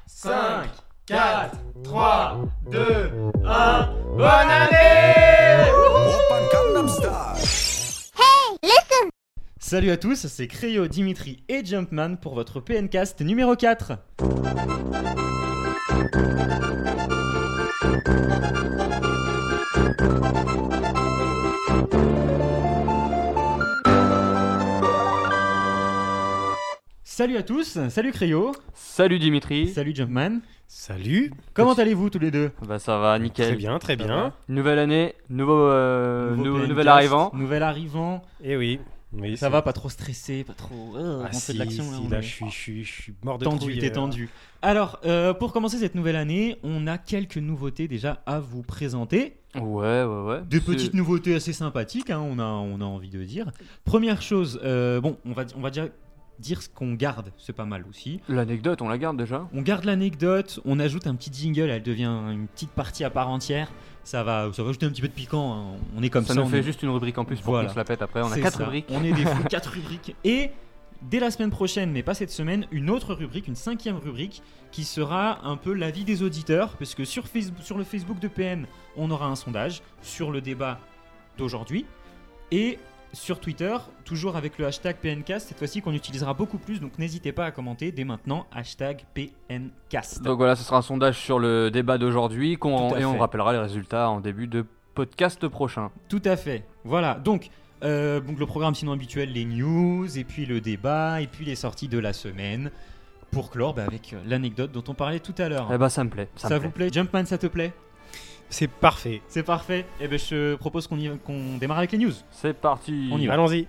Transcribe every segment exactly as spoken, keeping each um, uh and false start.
cinq, quatre, trois, deux, un. Bonne année! Salut à tous, c'est Cryo, Dimitri et Jumpman pour votre P N Cast numéro quatre. Salut à tous, salut Cryo. Salut Dimitri. Salut Jumpman. Salut. Comment allez-vous tous les deux? Bah ça va, nickel. Très bien, très bien. Nouvelle année, nouveau, euh, Nouveau nou- P N nouvel Cast, arrivant. Nouvel arrivant. Et oui. oui Ça c'est... va, pas trop stressé, pas trop... Euh, Ah on fait si, de l'action là, si, on là est je suis, je suis, je suis mort de tendu, trouille, t'es euh. tendu. Alors, euh, pour commencer cette nouvelle année, on a quelques nouveautés déjà à vous présenter. Ouais, ouais, ouais. Des C'est- petites nouveautés assez sympathiques, hein, on, a, on a envie de dire. Première chose, euh, bon, on va, on va dire, dire ce qu'on garde, c'est pas mal aussi. L'anecdote, on la garde déjà. On garde l'anecdote, on ajoute un petit jingle, elle devient une petite partie à part entière. Ça va, ça va ajouter un petit peu de piquant, hein. On est comme ça. Ça nous on fait est- juste une rubrique en plus pour Voilà. qu'on se la pète après. On a C'est quatre ça. rubriques. On est des fous, quatre rubriques. Et dès la semaine prochaine, mais pas cette semaine, une autre rubrique, une cinquième rubrique, qui sera un peu l'avis des auditeurs, parce que sur, Facebook, sur le Facebook de P N, on aura un sondage sur le débat d'aujourd'hui. Et sur Twitter, toujours avec le hashtag P N Cast, cette fois-ci qu'on utilisera beaucoup plus, donc n'hésitez pas à commenter dès maintenant, hashtag P N Cast. Donc voilà, ce sera un sondage sur le débat d'aujourd'hui qu'on- Tout à et on fait. rappellera les résultats en début de podcast prochain. Tout à fait. Voilà. Donc, euh, donc le programme sinon habituel, les news, et puis le débat, et puis les sorties de la semaine. Pour clore bah, avec euh, l'anecdote dont on parlait tout à l'heure. Eh bah ça me plaît. Ça, ça me vous plaît. plaît? Jumpman, ça te plaît? C'est parfait. C'est parfait. Et ben je propose qu'on, y... qu'on démarre avec les news. C'est parti. On y va. Allons-y.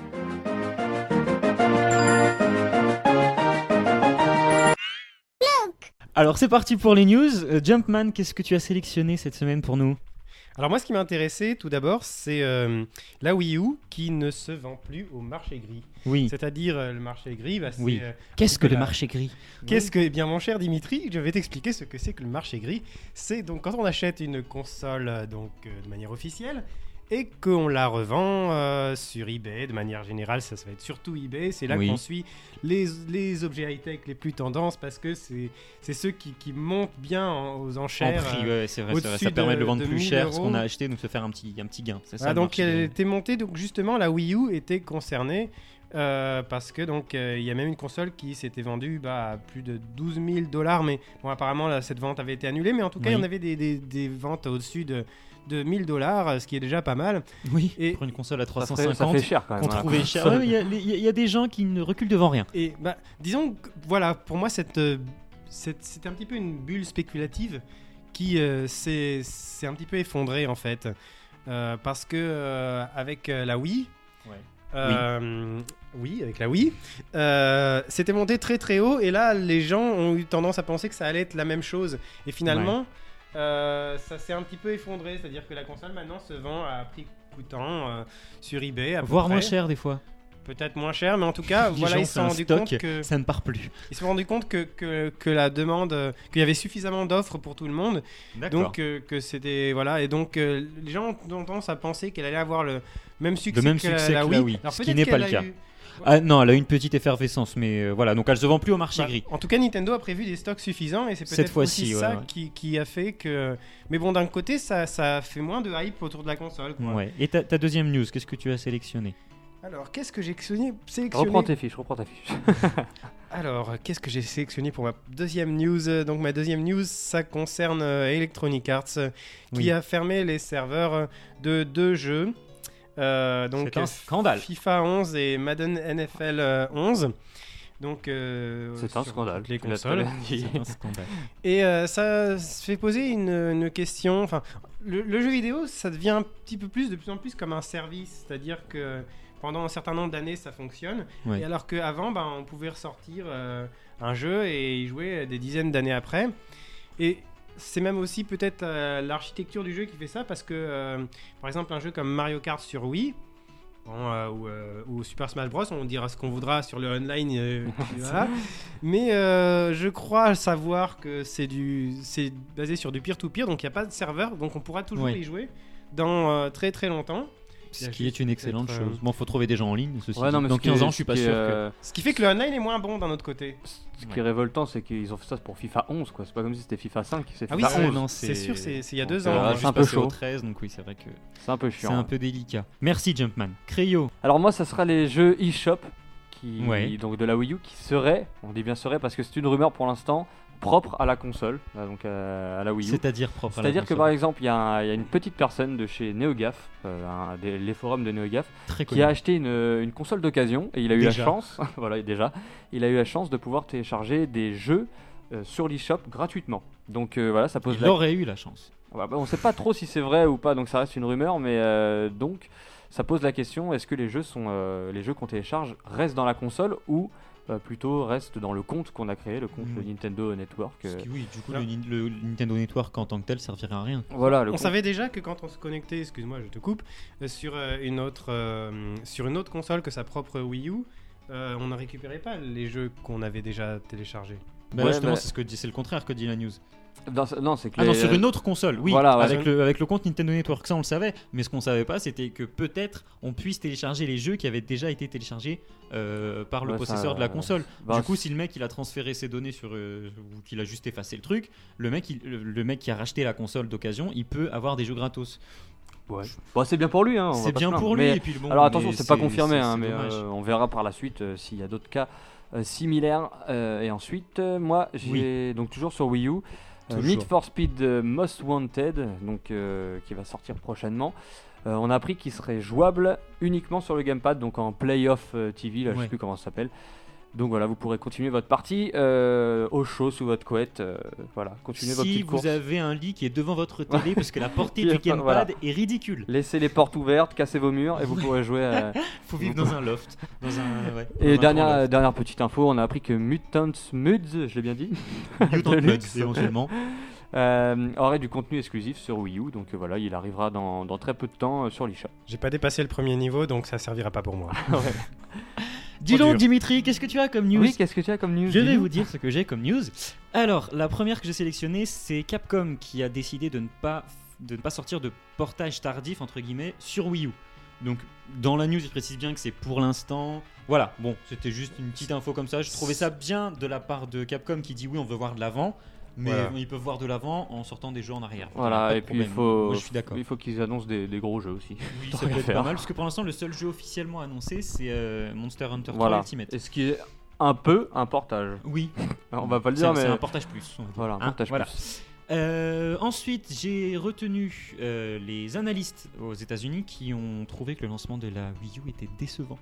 Alors c'est parti pour les news. Euh, Jumpman, qu'est-ce que tu as sélectionné cette semaine pour nous? Alors moi ce qui m'a intéressé tout d'abord c'est euh, la Wii U qui ne se vend plus au marché gris. Oui. C'est-à-dire euh, le marché gris, bah, c'est... Oui. euh, Qu'est-ce que le la- marché gris? Qu'est-ce que, eh bien mon cher Dimitri, je vais t'expliquer ce que c'est que le marché gris. C'est donc quand on achète une console euh, donc euh, de manière officielle et qu'on la revend euh, sur eBay, de manière générale, ça, ça va être surtout eBay. C'est là Oui. qu'on suit les, les objets high-tech les plus tendances parce que c'est, c'est ceux qui, qui montent bien en- aux En enchères. prix, euh, ouais, c'est vrai, c'est vrai. au-dessus Ça permet de de- le vendre de plus mille cher, ce euros. qu'on a acheté, donc se faire un petit, un petit gain. C'est ça, Ah, le donc marché elle gris. était montée, donc justement la Wii U était concernée euh, parce que donc euh, il y a même une console qui s'était vendue bah, à plus de douze mille dollars, mais bon apparemment là, cette vente avait été annulée, mais en tout cas il Oui. y en avait des, des, des ventes au-dessus de, de mille dollars, ce qui est déjà pas mal. Oui. Et- Pour une console à Ça, trois cent ferait- ça cinquante. fait cher quand même. Qu'on hein. trouvait cher. Ouais, Il y, a- il y a- il y a des gens qui ne reculent devant rien. Et bah disons que, voilà, pour moi cette, euh, cette- c'était un petit peu une bulle spéculative qui euh, s'est, s'est un petit peu effondrée en fait. Euh, parce que euh, avec euh, la Wii, Euh, oui. avec la Wii. Euh, c'était monté très très haut et là les gens ont eu tendance à penser que ça allait être la même chose et finalement euh, ça s'est un petit peu effondré, c'est-à-dire que la console maintenant se vend à prix coûtant euh, sur eBay, à peu Voire près. moins cher des fois. Peut-être moins cher, mais en tout cas, Les voilà, gens ils se sont font un rendus stock, compte que ça ne part plus. ils se sont rendus compte que, que, que la demande, euh, qu'il y avait suffisamment d'offres pour tout le monde, donc euh, que c'était voilà, et donc euh, les gens ont tendance à penser qu'elle allait avoir le même succès, même que, la- succès la que Wii. la Wii, Alors, ce qui peut-être n'est pas qu'elle le a cas. eu- Ah non, elle a une petite effervescence, mais euh, voilà, donc elle se vend plus au marché Bah, gris. En tout cas, Nintendo a prévu des stocks suffisants et c'est Cette peut-être fois-ci, aussi ouais, ça ouais. Qui, qui a fait que. Mais bon, d'un côté, ça, ça fait moins de hype autour de la console. quoi. Ouais. Et ta, ta deuxième news, qu'est-ce que tu as sélectionné? Alors, qu'est-ce que j'ai sélectionné, sélectionné Reprends tes fiches, reprends ta fiche. Alors, qu'est-ce que j'ai sélectionné pour ma deuxième news Euh, Donc, ma deuxième news, ça concerne euh, Electronic Arts euh, qui Oui. a fermé les serveurs euh, de deux jeux. Euh, donc, C'est un euh, scandale. FIFA onze et Madden N F L euh, onze. Donc, euh, C'est un sur scandale. toutes les tu l'as consoles. très bien dit. C'est un scandale. Et euh, ça se fait poser une, une question. Enfin, le, le jeu vidéo, ça devient un petit peu plus, de plus en plus comme un service. C'est-à-dire que pendant un certain nombre d'années, ça fonctionne. Ouais. Et alors qu'avant, ben, on pouvait ressortir euh, un jeu et y jouer des dizaines d'années après. Et c'est même aussi peut-être euh, l'architecture du jeu qui fait ça. Parce que, euh, par exemple, un jeu comme Mario Kart sur Wii. Bon, euh, ou, euh, ou Super Smash Bros, on dira ce qu'on voudra sur le online, euh, voilà. Mais euh, je crois savoir que c'est du, c'est basé sur du peer-to-peer, donc il n'y a pas de serveur, donc on pourra toujours Oui. y jouer dans euh, très très longtemps. Il y Ce a qui est juste une excellente peut-être, euh, chose. Bon, faut trouver des gens en ligne. Ceci Ouais, dit. non, mais Dans ce qui quinze est- ans, je suis pas ce qui sûr est, que. euh, Ce qui fait que le online est moins bon d'un autre côté. Ce qui est révoltant, c'est qu'ils ont fait ça pour FIFA onze, quoi. C'est pas comme si c'était FIFA cinq, c'est Ah oui, FIFA c'est- onze. non, c'est sûr, c'est c'est il y a deux Donc, ans. euh, on hein. est c'est juste un peu passé au chaud. treize, donc oui, c'est vrai que C'est un peu c'est chiant. un peu délicat. Merci Jumpman. Cryo. Alors moi, ça sera les jeux eShop qui, Ouais. donc de la Wii U, qui seraient, on dit bien seraient parce que c'est une rumeur pour l'instant, propre à la console, euh, donc euh, à la Wii U. C'est-à-dire propre à la C'est-à-dire que console. par exemple, il y, a un- il y a une petite personne de chez NeoGaf, euh, un des- les forums de NeoGaf, Très qui connu. a acheté une, une console d'occasion et il a eu Déjà. la chance, voilà déjà, il a eu la chance de pouvoir télécharger des jeux euh, sur l'eShop gratuitement. Donc euh, voilà, ça pose Il la aurait eu la chance. Ouais, bah, on sait pas trop si c'est vrai ou pas, donc ça reste une rumeur, mais euh, donc ça pose la question, est-ce que les jeux sont euh, les jeux qu'on télécharge restent dans la console ou euh, plutôt restent dans le compte qu'on a créé, le compte Mm. Nintendo Network. Parce euh, que oui, du coup, Non. le, Nin- le Nintendo Network en tant que tel servirait à rien. voilà, le On compte- savait déjà que quand on se connectait, excuse-moi, je te coupe, euh, sur euh, une autre euh, sur une autre console que sa propre Wii U, euh, on ne récupérait pas les jeux qu'on avait déjà téléchargés. Bah Ouais, là, justement, mais- c'est ce que dit- c'est le contraire que dit la news. Non, c'est- non, c'est que Ah non, les- sur une autre console, oui, Voilà, ouais. avec, le, avec le compte Nintendo Network, ça on le savait, mais ce qu'on savait pas, c'était que peut-être on puisse télécharger les jeux qui avaient déjà été téléchargés euh, par le Ouais, possesseur ça- de la console. bah, du coup, si le mec il a transféré ses données sur, euh, ou qu'il a juste effacé le truc, le mec, il- le, le mec qui a racheté la console d'occasion, il peut avoir des jeux gratos. ouais. Bon, c'est bien pour lui, hein, on va C'est pas bien se plaindre. pour lui. Mais- Et puis, bon, alors attention, mais c'est pas confirmé, hein, c'est mais dommage. euh, on verra par la suite euh, s'il y a d'autres cas euh, similaires. euh, et ensuite, euh, moi, j'ai donc toujours sur Wii U. euh, Toujours. Need for Speed euh, Most Wanted, donc euh, qui va sortir prochainement. Euh, on a appris qu'il serait jouable uniquement sur le gamepad, donc en Playoff euh, T V, là, je Ouais. sais plus comment ça s'appelle. Donc voilà, vous pourrez continuer votre partie euh, au chaud sous votre couette. euh, voilà, continuez votre Si petite vous course. avez un lit qui est devant votre télé, parce que la portée Qui est du pas- gamepad voilà. est ridicule. Laissez les portes ouvertes, cassez vos murs et vous pourrez jouer. à- Faut vivre dans un loft, dans un. Ouais, dans Et un dernière, grand loft. dernière petite info, on a appris que Mutant Muds, je l'ai bien dit, Mutant Deluxe, Buds, éventuellement. euh, aurait du contenu exclusif sur Wii U. Donc euh, voilà, il arrivera dans, dans très peu de temps euh, sur l'eShop. J'ai pas dépassé le premier niveau, donc ça servira pas pour moi. Dis Trop donc, dur. Dimitri, qu'est-ce que tu as comme news? Oui, qu'est-ce que tu as comme news Je vais dis-nous vous dire ce que j'ai comme news. Alors, la première que j'ai sélectionnée, c'est Capcom qui a décidé de ne pas, de ne pas sortir de portage tardif, entre guillemets, sur Wii U. Donc, dans la news, il précise bien que c'est pour l'instant. Voilà, bon, c'était juste une petite info comme ça. Je trouvais ça bien de la part de Capcom qui dit oui, on veut voir de l'avant. Mais Voilà. ils peuvent voir de l'avant en sortant des jeux en arrière. Voilà, Pas de et puis il problème. faut, Moi, je suis d'accord. il faut qu'ils annoncent des, des gros jeux aussi. Oui, Tant ça qu'à peut être faire. pas mal, parce que pour l'instant, le seul jeu officiellement annoncé, c'est euh, Monster Hunter trois Voilà. Ultimate. Et ce qui est un peu un portage. Oui, On va pas le c'est dire, c'est mais un portage plus. on va dire. voilà, un Hein, portage voilà. plus. Euh, ensuite, j'ai retenu euh, les analystes aux États-Unis qui ont trouvé que le lancement de la Wii U était décevant.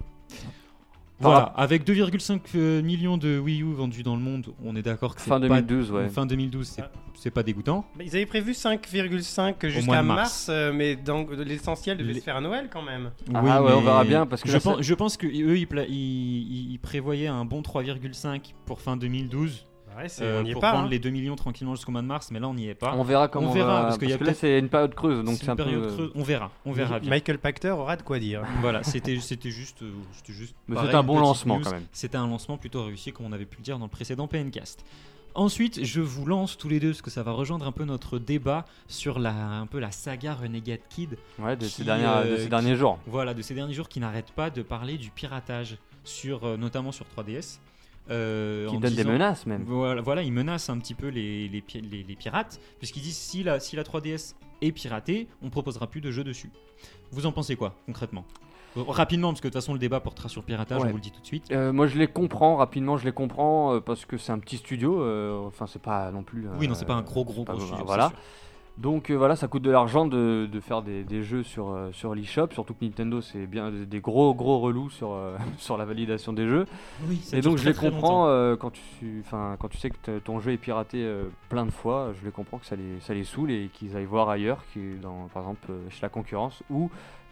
Voilà, avec deux virgule cinq euh, millions de Wii U vendus dans le monde, on est d'accord que c'est Fin pas- deux mille douze, ouais. fin deux mille douze, c'est Ah. c'est pas dégoûtant. Mais ils avaient prévu cinq virgule cinq mois jusqu'à de mars. mars, euh, mais dans, l'essentiel devait Les- se faire à Noël quand même. Ah ouais, on verra bien, parce que je, là, pense, c'est- je pense que eux ils, pla- ils- ils- ils prévoyaient un bon trois virgule cinq pour fin deux mille douze Ouais, c'est- euh, on n'y est pour pas. vendre hein. les deux millions tranquillement jusqu'au mois de mars, mais là on n'y est pas. On verra comment On verra, va- parce qu'il y a que là peut-être- c'est une période creuse, donc C'est c'est un une période peu. euh, creuse. On verra, on verra bien. Michael Pachter aura de quoi dire. Voilà, c'était c'était juste, euh, c'était juste. Mais pareil, c'était un une bon petite lancement news. quand même. C'était un lancement plutôt réussi, comme on avait pu le dire dans le précédent P N Cast. Ensuite, je vous lance tous les deux, parce que ça va rejoindre un peu notre débat sur la, un peu la saga Renegade Kid. Ouais, de qui, ces, dernières- de euh, ces qui- derniers jours. Voilà, de ces derniers jours qui n'arrêtent pas de parler du piratage, sur, euh, notamment sur trois D S. euh, Qui en donne des disant- menaces même. Voilà, voilà, ils menacent un petit peu les, les, pi- les- les pirates, puisqu'ils disent si la, si la trois D S est piratée, on proposera plus de jeux dessus. Vous en pensez quoi, concrètement? Euh, Rapidement, parce que de toute façon, le débat portera sur le piratage, Ouais. on vous le dit tout de suite. Euh, moi je les comprends rapidement, je les comprends euh, parce que c'est un petit studio, euh, enfin c'est pas non plus. Oui, non, c'est euh, pas un gros, gros, pas- gros studio. Voilà. c'est sûr. Donc euh, voilà, ça coûte de l'argent de, de faire des, des jeux sur, euh, sur l'eShop, surtout que Nintendo c'est bien des, des gros gros relous sur, euh, sur la validation des jeux. Oui, ça Et dure donc je très, les très comprends longtemps. euh, quand, tu, enfin, quand tu sais que t- ton jeu est piraté euh, plein de fois, je les comprends que ça les, ça les saoule et qu'ils aillent voir ailleurs, qui, dans, par exemple euh, chez la concurrence, où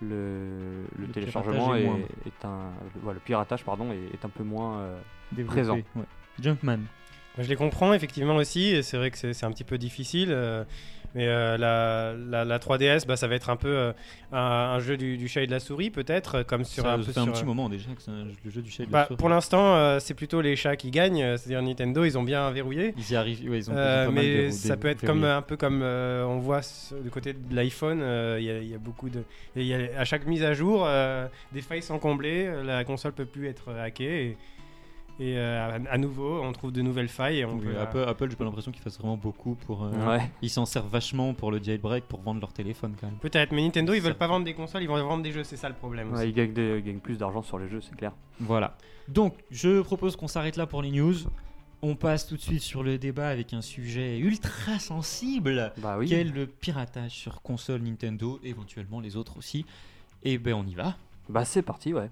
le, le Le téléchargement piratage est est, moindre. est un, le, ouais, le piratage pardon, est, est un peu moins... euh, Développé, présent. ouais. Jumpman. Je les comprends effectivement aussi, et c'est vrai que c'est, c'est un petit peu difficile. euh, mais euh, la, la, la trois D S, bah, ça va être un peu euh, un, un jeu du, du chat et de la souris, peut-être, comme sur Ça un peu fait un sur, petit euh, moment déjà que c'est un- le jeu du chat et de bah, la souris. pour l'instant, euh, c'est plutôt les chats qui gagnent, euh, c'est-à-dire Nintendo, ils ont bien verrouillé. Ils y arrivent, ouais, ils ont, ils ont Euh, pas mal mais déro- ça dé- peut être verrouillé. comme un peu comme euh, on voit sur- du côté de l'iPhone, euh, il y, a- il y a beaucoup de, il y a- à chaque mise à jour, euh, des failles sont comblées, euh, la console peut plus être hackée et, et, euh, à, à nouveau on trouve de nouvelles failles et on Oui, peut, Apple, Apple, j'ai pas l'impression qu'ils fassent vraiment beaucoup pour. euh, Ouais. Ils s'en servent vachement pour le jailbreak pour vendre leur téléphone quand même. peut-être, mais Nintendo ils veulent Ça- pas vendre des consoles, ils vont vendre des jeux, c'est ça le problème. Ouais, aussi. ils gagnent, des- ils gagnent plus d'argent sur les jeux, c'est clair. Voilà. Donc, je propose qu'on s'arrête là pour les news. On passe tout de suite sur le débat avec un sujet ultra sensible. Bah oui. Quel le piratage sur console Nintendo, éventuellement les autres aussi. Et ben on y va. Bah c'est parti, ouais.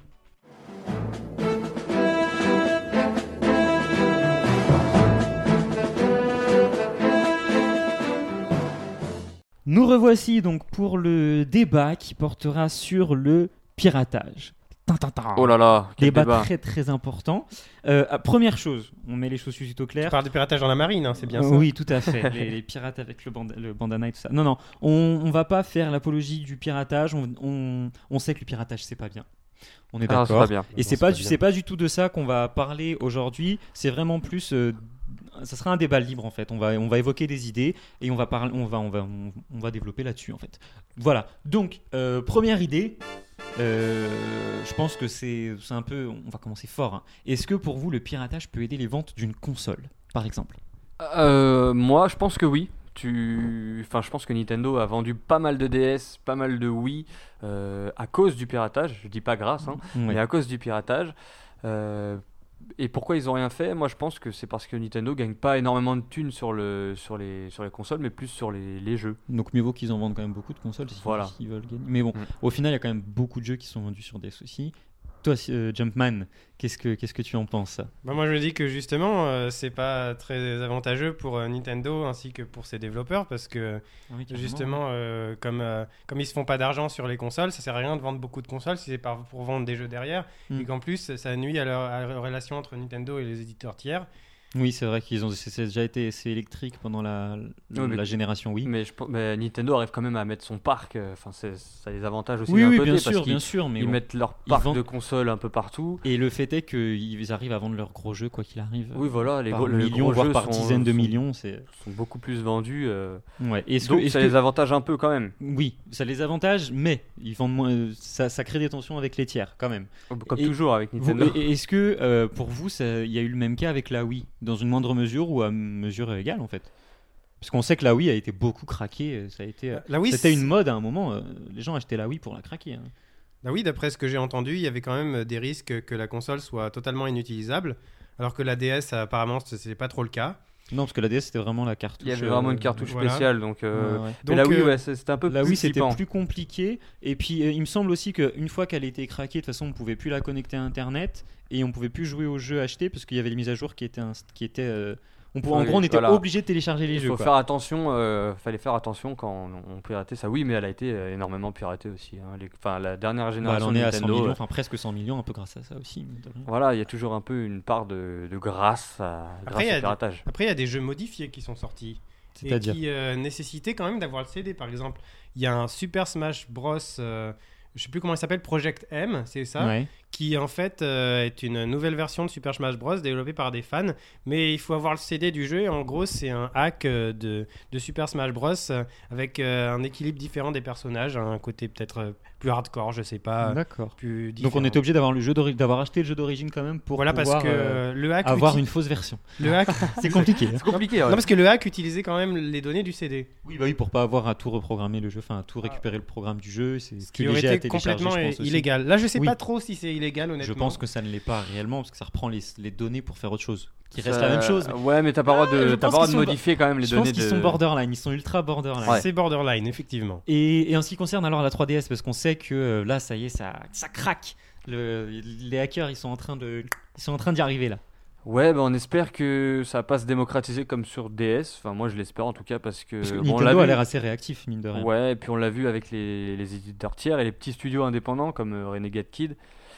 Nous revoici donc pour le débat qui portera sur le piratage. Tin, tin, tin. Oh là là, quel Débat, débat. très très important. Euh, ah, première chose, on met les choses tout de suite au Tu clair. parles de piratage dans la marine, hein, c'est bien Euh, ça. Oui, tout à fait. les, les pirates avec le, banda- le bandana et tout ça. Non, non, on, on va pas faire l'apologie du piratage. On, on, on sait que le piratage c'est pas bien. On est Ah, c'est d'accord. pas bien. Et Non, c'est c'est pas, pas du- bien. c'est pas du tout de ça qu'on va parler aujourd'hui. C'est vraiment plus. euh, ça sera un débat libre en fait. On va, on va évoquer des idées et on va parler, on va, on va, on, on va développer là-dessus en fait. Voilà. Donc euh, première idée. euh, je pense que c'est, c'est un peu. On va commencer fort. hein. Est-ce que pour vous le piratage peut aider les ventes d'une console, par exemple? Euh, moi, je pense que oui. Tu... Enfin, je pense que Nintendo a vendu pas mal de D S, pas mal de Wii euh, à cause du piratage. Je dis pas grâce, hein, Ouais. mais à cause du piratage. Euh, et pourquoi ils ont rien fait? Moi, je pense que c'est parce que Nintendo gagne pas énormément de thunes sur, le, sur, les, sur les consoles, mais plus sur les, les jeux. Donc mieux vaut qu'ils en vendent quand même beaucoup de consoles s'ils Voilà. s'ils veulent gagner. Mais bon, Mm. au final, il y a quand même beaucoup de jeux qui sont vendus sur D S aussi. Toi, euh, Jumpman, qu'est-ce que, qu'est-ce que tu en penses? Bah, moi je me dis que justement euh, c'est pas très avantageux pour euh, Nintendo ainsi que pour ses développeurs parce que justement euh, comme, euh, comme ils se font pas d'argent sur les consoles, ça sert à rien de vendre beaucoup de consoles si c'est pas pour vendre des jeux derrière Mm. et qu'en plus ça nuit à, leur, à la relation entre Nintendo et les éditeurs tiers. Oui, c'est vrai qu'ils ont c'est, c'est déjà été assez électrique pendant la, Oui, mais- la génération Wii. Mais, je, pense- mais Nintendo arrive quand même à mettre son parc. euh, Enfin, c'est- ça a des avantages aussi Oui, d'un oui, côté bien parce sûr, qu'ils bien sûr. Mais ils bon. mettent leur Ils parc vendent- de consoles un peu partout. Et le fait est qu'ils arrivent à vendre leurs gros jeux, quoi qu'il arrive. Oui, voilà, les par gros, les millions, gros voire jeux par sont, dizaines de sont- millions. C'est... sont beaucoup plus vendus. euh, Ouais. Est-ce donc que, est-ce ça que- les avantage un peu quand même. Oui, ça les avantage, mais ils vendent moins, euh, ça, ça crée des tensions avec les tiers, quand même. Comme Et- toujours avec Vous- Nintendo. et- Est-ce que euh, pour vous, ça- il y a eu le même cas avec la Wii, dans une moindre mesure ou à mesure égale en fait? Parce qu'on sait que la Wii a été beaucoup craquée, euh, ça a été, euh, La Wii, c'était c'est- une mode à un moment. euh, les gens achetaient la Wii pour la craquer. hein. La Wii, d'après ce que j'ai entendu, il y avait quand même des risques que la console soit totalement inutilisable alors que la D S apparemment ce- c'est pas trop le cas. Non, parce que la D S c'était vraiment la cartouche. Il y avait vraiment une euh, cartouche voilà. spéciale. Donc, euh, ouais, ouais. mais la Donc, Wii, euh, ouais, c'est- c'était un peu La plus Wii c'était flippant. plus compliqué et puis euh, il me semble aussi qu'une fois qu'elle était craquée, de toute façon on pouvait plus la connecter à internet et on pouvait plus jouer aux jeux achetés parce qu'il y avait des mises à jour qui étaient, inst- qui étaient euh, on pouvait, en Oui, gros on était voilà. obligé de télécharger les Il jeux. faut quoi. faire attention, euh, fallait faire attention quand on, on piratait ça. Oui, mais elle a été euh, énormément piratée aussi. hein. Les- Enfin, la dernière Bah, elle génération en de est à cent Nintendo. millions, euh, enfin presque cent millions, un peu grâce à ça aussi. mine de rien. Voilà, il y a toujours un peu une part de, de grâce, à, Après, il y grâce a au des- piratage. Après il y a des jeux modifiés qui sont sortis. Et C'est-à-dire qui euh, nécessitaient quand même d'avoir le C D. Par exemple, il y a un Super Smash Bros. Euh, je sais plus comment il s'appelle, Project M, c'est ça, Ouais. qui en fait euh, est une nouvelle version de Super Smash Bros. Développée par des fans. Mais il faut avoir le C D du jeu. Et en gros, c'est un hack euh, de, de Super Smash Bros. euh, avec euh, un équilibre différent des personnages, un côté peut-être euh, plus hardcore, je sais pas, D'accord. plus Donc différent. on était obligé d'avoir le jeu d'ori- d'avoir acheté le jeu d'origine quand même pour Voilà parce pouvoir que euh, le hack avoir uti- une fausse version. le hack C'est compliqué. hein. C'est compliqué, ouais. non parce que le hack utilisait quand même les données du C D. Oui, bah oui, pour pas avoir à tout reprogrammer le jeu, enfin à tout récupérer le programme du jeu, c'est Ce plus qui aurait léger à été télécharger, complètement je pense aussi. illégal. Là, je sais Oui. pas trop si c'est illégal, honnêtement. Je pense que ça ne l'est pas réellement parce que ça reprend les, les données pour faire autre chose, qui Ça- reste la même chose. mais Ouais, mais t'as pas le droit Ah, je de, t'as pense pas le droit qu'ils de sont- modifier quand même les je données pense qu'ils de... sont borderline, ils sont ultra borderline. Ouais. C'est borderline, effectivement. Et, et en ce qui concerne alors la trois D S, parce qu'on sait que euh, là, ça y est, ça, ça craque. Le- les hackers, ils sont en train de, ils sont en train d'y arriver là. Ouais, bah on espère que ça va pas se démocratiser comme sur D S. Enfin, moi je l'espère en tout cas parce que, Parce que bon, on l'a Nintendo a vu. l'air assez réactif, mine de rien. Ouais, et puis on l'a vu avec les, les éditeurs tiers et les petits studios indépendants comme euh, Renegade Kid.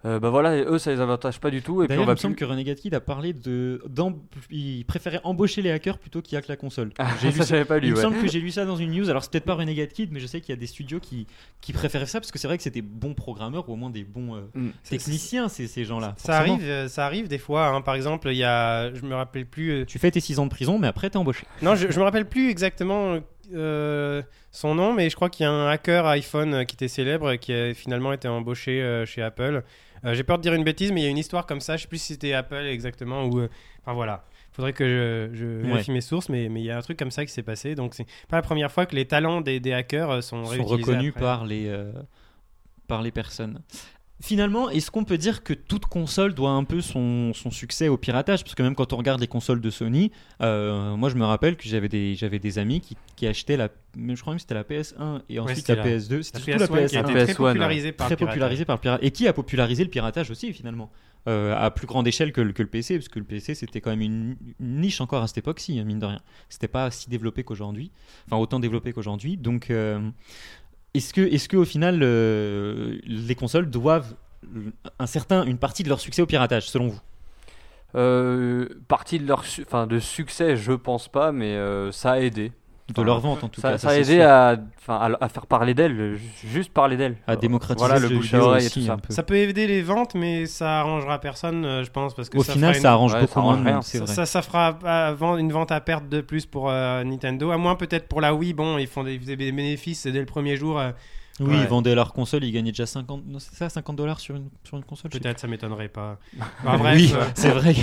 Euh, bah voilà, et eux ça les avantage pas du tout. Et puis D'ailleurs, on il va me semble plus... que Renegade Kid a parlé de. d'em- Il préférait embaucher les hackers plutôt qu'il hack la console. Ah, J'ai ça lu ça. j'avais pas lu. Il me Ouais. semble que j'ai lu ça dans une news. Alors, c'est peut-être pas Renegade Kid, mais je sais qu'il y a des studios qui, qui préféraient ça parce que c'est vrai que c'est des bons programmeurs ou au moins des bons euh, Mm. techniciens, ces, ces gens-là. Ça forcément. arrive, euh, ça arrive des fois. hein. Par exemple, il y a, je me rappelle plus. euh, Tu fais tes six ans de prison, mais après, t'es embauché. Non, je, je me rappelle plus exactement euh, son nom, mais je crois qu'il y a un hacker iPhone euh, qui était célèbre et qui a finalement été embauché euh, chez Apple. Euh, J'ai peur de dire une bêtise, mais il y a une histoire comme ça. Je sais plus si c'était Apple exactement ou. euh, Enfin voilà. Faudrait que je, je vérifie mes sources, mais mais il y a un truc comme ça qui s'est passé. Donc c'est pas la première fois que les talents des, des hackers euh, sont, Sont réutilisés reconnus après. par les, euh, par les personnes. Finalement, est-ce qu'on peut dire que toute console doit un peu son, son succès au piratage? Parce que même quand on regarde les consoles de Sony, euh, moi je me rappelle que j'avais des, j'avais des amis qui, qui achetaient la. Je crois même que c'était la P S un et ensuite c'était la la- P S deux. C'était La surtout P S un la P S qui a un. été P S un, très popularisée par Très le piratage. popularisé par le pirate. Et qui a popularisé le piratage aussi finalement euh, à plus grande échelle que, le- que le P C, parce que le P C c'était quand même une, une niche encore à cette époque-ci, hein, mine de rien. C'était pas si développé qu'aujourd'hui, enfin autant développé qu'aujourd'hui. Donc euh, est-ce que, est-ce que au final euh, les consoles doivent un certain, une partie de leur succès au piratage, selon vous? Euh, partie de leur su- enfin de succès, je pense pas, mais euh, ça a aidé. De Enfin, leur vente en tout Ça, cas. ça a c'est aidé sûr. à, enfin, à, à faire parler d'elle, ju- juste parler d'elle. À démocratiser Voilà, le le jeu bouche à vidéo oreille et aussi, tout ça. un peu. Ça peut aider les ventes, mais ça arrangera personne, euh, je pense, parce que Au ça final, fera ça une- arrange Ouais, beaucoup ça moins arrange de rien. monde, c'est Ça, vrai. ça, ça fera pas vendre- une vente à perte de plus pour euh, Nintendo, à moins peut-être pour la Wii. Bon, ils font des, ils faisaient des bénéfices dès le premier jour. euh, Oui, Ouais. ils vendaient leur console, ils gagnaient déjà cinquante, non, c'est ça, cinquante dollars sur une, sur une console. je sais Peut-être, ça m'étonnerait pas. pas. Bah, bref, oui, euh, c'est vrai.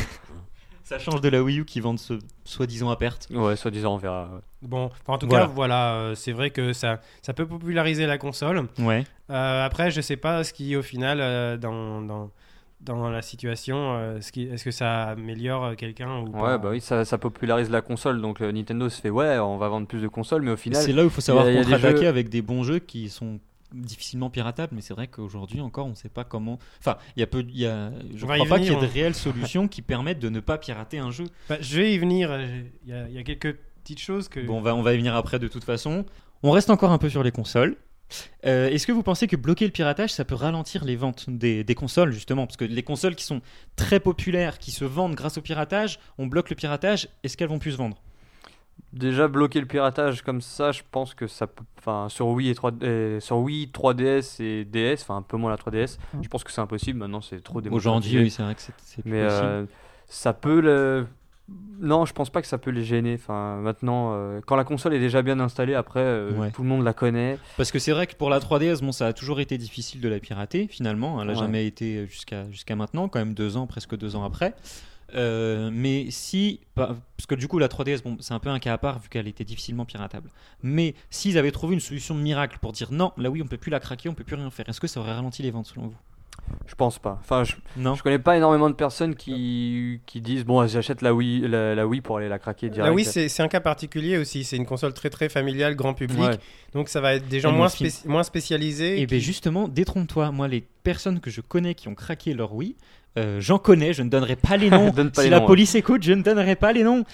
Ça change de la Wii U qui vendent ce soi-disant à perte. Ouais, soi-disant, on verra. ouais. bon, enfin, en tout Voilà. cas, voilà, euh, c'est vrai que ça, ça peut populariser la console. Ouais. Euh, après, je sais pas ce qui, au final, euh, dans, dans, dans la situation, euh, ce qui, est-ce que ça améliore euh, quelqu'un ou pas. Ouais, bah oui, ça, ça popularise la console, donc euh, Nintendo se fait ouais, on va vendre plus de consoles, mais au final, C'est là où il faut savoir il y a- il y a des contre-attaquer jeux- avec des bons jeux qui sont difficilement piratables, mais c'est vrai qu'aujourd'hui encore on ne sait pas comment. Enfin, il y a peu, il y a, je On va crois y pas qu'il y ait venir, de on- réelles solutions qui permettent de ne pas pirater un jeu. Bah, je vais y venir. euh, Il y, a- il y a quelques petites choses que. Bon, on va, on va y venir après de toute façon. On reste encore un peu sur les consoles. Euh, Est-ce que vous pensez que bloquer le piratage, ça peut ralentir les ventes des, des consoles, justement? Parce que les consoles qui sont très populaires, qui se vendent grâce au piratage, on bloque le piratage, est-ce qu'elles vont plus se vendre? déjà bloquer le piratage comme ça, je pense que ça peut. Enfin, sur Wii et trois, euh, sur Wii, trois D S et D S, enfin un peu moins la trois D S, je pense que c'est impossible. Maintenant, c'est trop démocratisé. Aujourd'hui, oui, c'est vrai que c'est c'est plus Mais possible. euh, ça peut le. Non, je pense pas que ça peut les gêner. Enfin, maintenant, euh, quand la console est déjà bien installée, après, euh, Ouais. tout le monde la connaît. Parce que c'est vrai que pour la trois D S, bon, ça a toujours été difficile de la pirater, finalement. Elle n'a Ouais. jamais été jusqu'à jusqu'à maintenant, quand même deux ans, presque deux ans après. Euh, mais si, pas- parce que du coup la trois D S, bon, c'est un peu un cas à part vu qu'elle était difficilement piratable. Mais s'ils avaient trouvé une solution miracle pour dire non, là oui, on peut plus la craquer, on peut plus rien faire, est-ce que ça aurait ralenti les ventes selon vous? Je pense pas. Enfin, je, Non. je connais pas énormément de personnes qui, qui disent bon, j'achète la Wii, la, la Wii pour aller la craquer direct. Là, oui, c'est c'est un cas particulier aussi. C'est une console très très familiale, grand public. Ouais. Donc ça va être des gens Et moins, mon film- spéci- moins spécialisés. Et bien qui- justement, détrompe-toi, moi les personnes que je connais qui ont craqué leur Wii, euh, j'en connais, je ne donnerai pas les noms. Donne pas Si les la noms, police écoute, je ne donnerai pas les noms.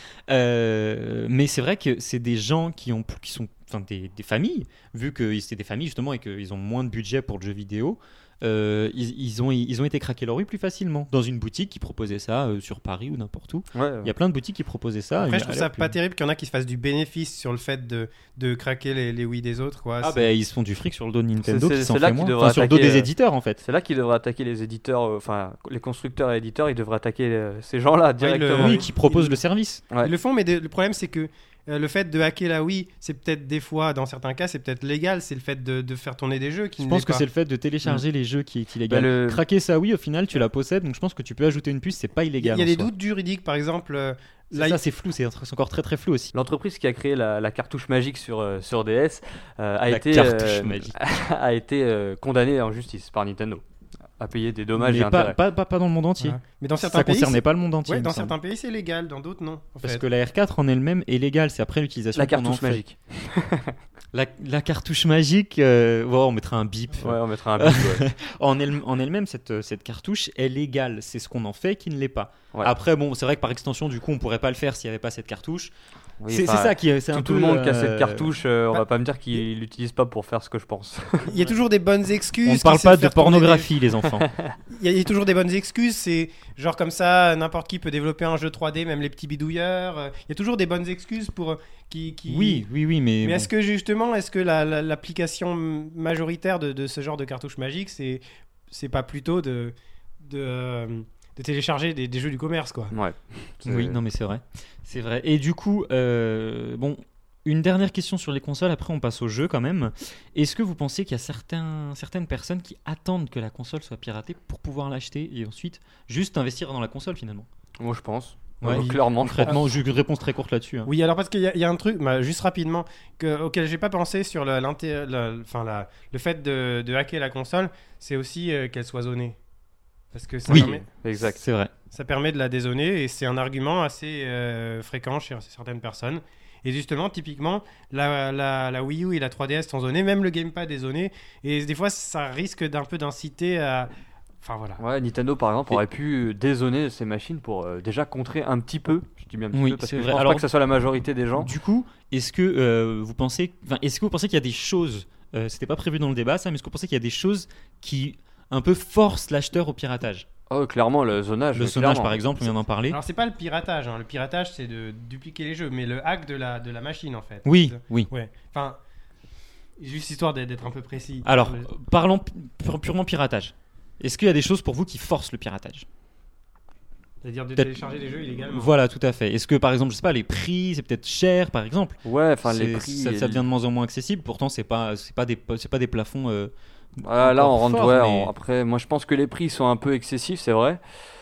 Euh, mais c'est vrai que c'est des gens qui, ont, qui sont enfin, des, des familles, vu que c'est des familles justement et qu'ils ont moins de budget pour le jeu vidéo. Euh, ils, ils, ont, ils ont été craquer leur Wii plus facilement dans une boutique qui proposait ça euh, sur Paris ou n'importe où. Ouais, ouais. Il y a plein de boutiques qui proposaient ça. Après, Et je trouve allez, ça hop, pas une- terrible qu'il y en a qui se fassent du bénéfice sur le fait de, de craquer les, les Wii des autres. Quoi. Ah C'est- ben ils se font du fric sur le dos de Nintendo C'est- qui c'est- s'en c'est là fait qu'ils moins. devraient Enfin, sur le dos attaquer, des euh, éditeurs en fait. C'est là qu'ils devraient attaquer les éditeurs, euh, enfin les constructeurs et éditeurs, ils devraient attaquer euh, ces gens-là directement. le- Oui, qui proposent il- le service. Ouais. Ils le font, mais de- le problème c'est que euh, le fait de hacker la Wii, c'est peut-être des fois, dans certains cas, c'est peut-être légal. C'est le fait de, de faire tourner des jeux qui Je ne pense l'est que pas. c'est le fait de télécharger les jeux qui est illégal. Bah, le- Craquer ça, oui, au final, tu la possèdes, donc je pense que tu peux ajouter une puce, c'est pas Il y a, illégal. il y a en des soi. doutes juridiques, par exemple. euh, C'est là, ça, c'est flou, c'est c'est encore très très flou aussi. L'entreprise qui a créé la, la cartouche magique sur, euh, sur D S euh, a, La été, cartouche euh, magique. a été euh, condamnée en justice par Nintendo à payer des dommages Mais et pas, intérêts. pas, pas, pas dans le monde entier. voilà. Mais dans certains Ça pays, concernait c'est- pas le monde entier. ouais, il me dans semble. certains pays, c'est légal, dans d'autres, non. en Parce fait. que la R quatre en elle-même est légale, c'est après l'utilisation La qu'on en cartouche fait. magique. La, la cartouche magique, euh, bon, on mettra un bip. Ouais, on mettra un bip. Ouais. En, elle, en elle-même, cette, cette cartouche est légale. C'est ce qu'on en fait qui ne l'est pas. Ouais. Après, bon, c'est vrai que par extension, du coup, on pourrait pas le faire s'il n'y avait pas cette cartouche. Oui, c'est, enfin, c'est ça qui est. C'est tout, un tout peu, le monde qui a euh, cette cartouche, euh, on bah- va pas me dire qu'il l'utilise pas pour faire ce que je pense. Il y a toujours des bonnes excuses. On ne qui parle savent pas de faire tourner des- pornographie, les enfants. Il y, a- il y a toujours des bonnes excuses. C'est genre comme ça, n'importe qui peut développer un jeu trois D, même les petits bidouilleurs. euh, Il y a toujours des bonnes excuses pour euh, qui. qui... Oui, oui, oui, mais. Mais bon. est-ce que justement, est-ce que la- la- l'application majoritaire de, de ce genre de cartouche magique, c'est c'est pas plutôt de de, euh, de télécharger des, des jeux du commerce, quoi? Ouais. C'est- Oui, non, mais c'est vrai. C'est vrai. Et du coup, euh, bon, une dernière question sur les consoles, après on passe au jeu quand même. Est-ce que vous pensez qu'il y a certains, certaines personnes qui attendent que la console soit piratée pour pouvoir l'acheter et ensuite juste investir dans la console finalement? Moi, je pense. Ouais. Euh, clairement, je pense. Concrètement, j'ai une réponse très courte là-dessus. hein. Oui, alors parce qu'il y, a- il y a un truc, bah, juste rapidement, que, auquel j'ai pas pensé sur le, l'inté- le, enfin, la- le fait de, de hacker la console, c'est aussi euh, qu'elle soit zonée. Parce que ça, Oui. permet, Exact. C'est vrai. ça permet de la dézoner et c'est un argument assez euh, fréquent chez certaines personnes. Et justement, typiquement, la, la, la Wii U et la trois D S sont zonées, même le Gamepad est zoné. Et des fois, ça risque d'un peu d'inciter à. Enfin voilà. Ouais, Nintendo par exemple Et- aurait pu dézoner ces machines pour euh, déjà contrer un petit peu. Je dis bien un petit Oui, peu parce c'est que je vrai. pense Alors- pas que ça soit la majorité des gens. Du coup, est-ce que euh, vous pensez, enfin, est-ce que vous pensez qu'il y a des choses, euh, c'était pas prévu dans le débat ça, mais est-ce que vous pensez qu'il y a des choses qui un peu forcent l'acheteur au piratage? Oh, clairement, le zonage. Le zonage clairement. par exemple, on vient d'en parler. Alors, c'est pas le piratage. Hein. Le piratage, c'est de dupliquer les jeux, mais le hack de la, de la machine, en fait. Oui, oui. Ouais. Enfin, juste histoire d'être d'être un peu précis. Alors, Le- euh, parlons pu- purement piratage. Est-ce qu'il y a des choses pour vous qui forcent le piratage? C'est-à-dire de peut-être- télécharger les jeux illégalement. Voilà, tout à fait. Est-ce que par exemple, je sais pas, les prix, c'est peut-être cher par exemple? Ouais, enfin les C'est- prix. ça, et ça les- devient de moins en moins accessible. Pourtant, c'est pas, c'est pas des, c'est pas des plafonds. euh, Ah, là, on encore rentre. forts, Ouais, mais- en- après, moi, je pense que les prix sont un peu excessifs, c'est vrai.